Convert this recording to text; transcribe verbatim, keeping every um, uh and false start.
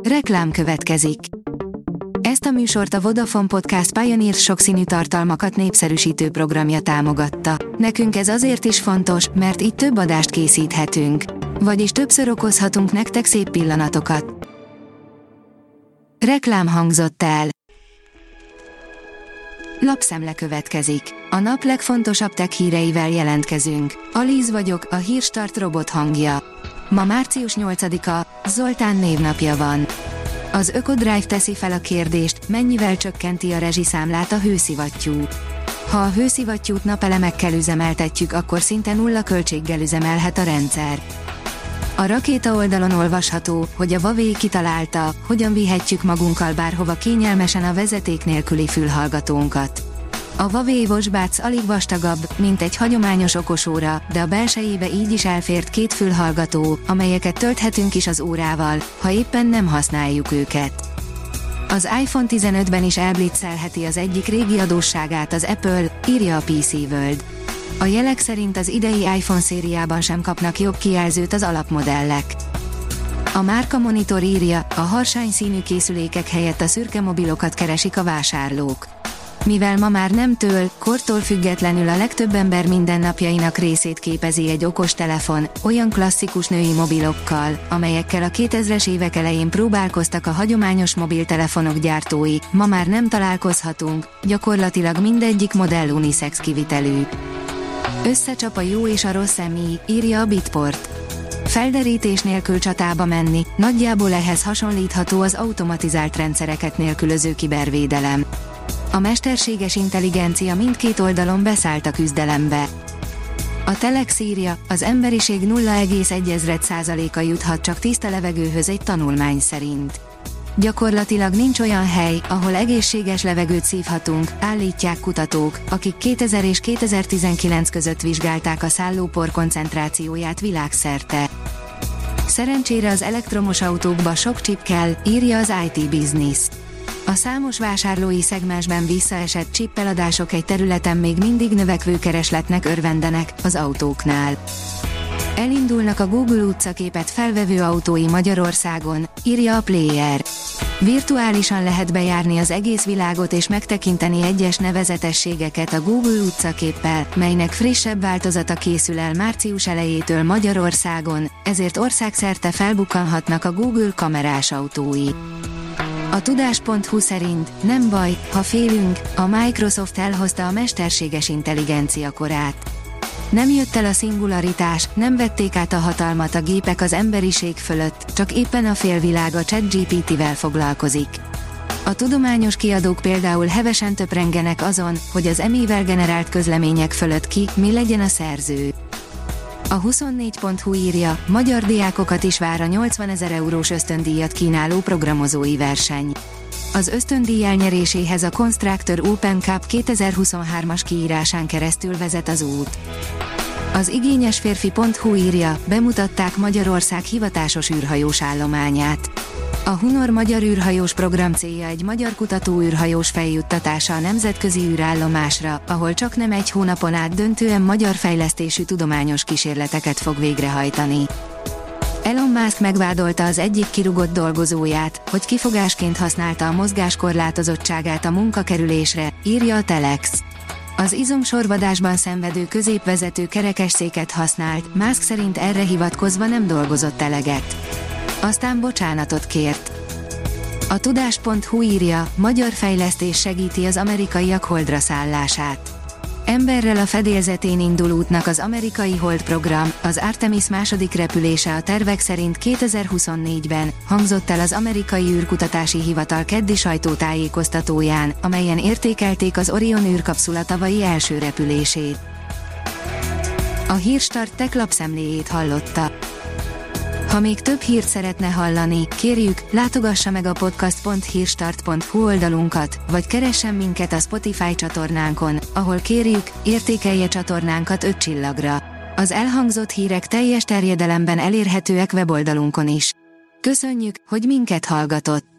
Reklám következik. Ezt a műsort a Vodafone Podcast Pioneer sokszínű tartalmakat népszerűsítő programja támogatta. Nekünk ez azért is fontos, mert így több adást készíthetünk. Vagyis többször okozhatunk nektek szép pillanatokat. Reklám hangzott el. Lapszemle következik. A nap legfontosabb tech híreivel jelentkezünk. Alíz vagyok, a Hírstart robot hangja. Ma március nyolcadika, Zoltán névnapja van. Az Ökodrive teszi fel a kérdést, mennyivel csökkenti a rezsiszámlát a hőszivattyú. Ha a hőszivattyút napelemekkel üzemeltetjük, akkor szinte nulla költséggel üzemelhet a rendszer. A Rakéta oldalon olvasható, hogy a Huawei kitalálta, hogyan vihetjük magunkkal bárhova kényelmesen a vezeték nélküli fülhallgatónkat. A Huawei WatchBuds alig vastagabb, mint egy hagyományos okosóra, de a belsejébe így is elfért két fülhallgató, amelyeket tölthetünk is az órával, ha éppen nem használjuk őket. Az iPhone tizenötben is elblitzelheti az egyik régi adósságát az Apple, írja a pé cé World. A jelek szerint az idei iPhone szériában sem kapnak jobb kijelzőt az alapmodellek. A Márka Monitor írja, a harsány színű készülékek helyett a szürke mobilokat keresik a vásárlók. Mivel ma már nemtől, kortól függetlenül a legtöbb ember mindennapjainak részét képezi egy okostelefon, olyan klasszikus női mobilokkal, amelyekkel a kétezres évek elején próbálkoztak a hagyományos mobiltelefonok gyártói, ma már nem találkozhatunk, gyakorlatilag mindegyik modell unisex kivitelű. Összecsap a jó és a rossz em i, írja a Bitport. Felderítés nélkül csatába menni, nagyjából ehhez hasonlítható az automatizált rendszereket nélkülöző kibervédelem. A mesterséges intelligencia mindkét oldalon beszállt a küzdelembe. A Telex írja, az emberiség nulla egész egy százaléka juthat csak tiszta levegőhöz egy tanulmány szerint. Gyakorlatilag nincs olyan hely, ahol egészséges levegőt szívhatunk, állítják kutatók, akik kétezer és kétezer-tizenkilenc között vizsgálták a szállópor koncentrációját világszerte. Szerencsére az elektromos autókba sok chip kell, írja az i té Business. A számos vásárlói szegmensben visszaesett chippeladások egy területen még mindig növekvő keresletnek örvendenek, az autóknál. Elindulnak a Google utcaképet felvevő autói Magyarországon, írja a Player. Virtuálisan lehet bejárni az egész világot és megtekinteni egyes nevezetességeket a Google utcaképpel, melynek frissebb változata készül el március elejétől Magyarországon, ezért országszerte felbukkanhatnak a Google kamerás autói. A tudás pont hu szerint nem baj, ha félünk, a Microsoft elhozta a mesterséges intelligencia korát. Nem jött el a szingularitás, nem vették át a hatalmat a gépek az emberiség fölött, csak éppen a félvilág a ChatGPT-vel foglalkozik. A tudományos kiadók például hevesen töprengenek azon, hogy az em i-vel generált közlemények fölött ki, mi legyen a szerző. A huszonnégy pont hu írja, magyar diákokat is vár a nyolcvanezer eurós ösztöndíjat kínáló programozói verseny. Az ösztöndíj elnyeréséhez a Constructor Open Cup kétezer-huszonhármas kiírásán keresztül vezet az út. Az igényesférfi pont hu írja, bemutatták Magyarország hivatásos űrhajós állományát. A Hunor magyar űrhajós program célja egy magyar kutató űrhajós feljuttatása a nemzetközi űrállomásra, ahol csaknem egy hónapon át döntően magyar fejlesztésű tudományos kísérleteket fog végrehajtani. Elon Musk megvádolta az egyik kirúgott dolgozóját, hogy kifogásként használta a mozgáskorlátozottságát a munkakerülésre, írja a Telex. Az izomsorvadásban szenvedő középvezető kerekesszéket használt, Musk szerint erre hivatkozva nem dolgozott eleget. Aztán bocsánatot kért. A tudás pont hu írja, magyar fejlesztés segíti az amerikaiak holdra szállását. Emberrel a fedélzetén indul útnak az amerikai Hold program, az Artemis második repülése a tervek szerint kétezer-huszonnégyben, hangzott el az amerikai űrkutatási hivatal keddi sajtótájékoztatóján, amelyen értékelték az Orion űrkapszula tavalyi első repülését. A Hírstart tech lapszemléjét hallotta. Ha még több hírt szeretne hallani, kérjük, látogassa meg a podcast pont hírstart pont hu oldalunkat, vagy keressen minket a Spotify csatornánkon, ahol kérjük, értékelje csatornánkat öt csillagra. Az elhangzott hírek teljes terjedelemben elérhetőek weboldalunkon is. Köszönjük, hogy minket hallgatott!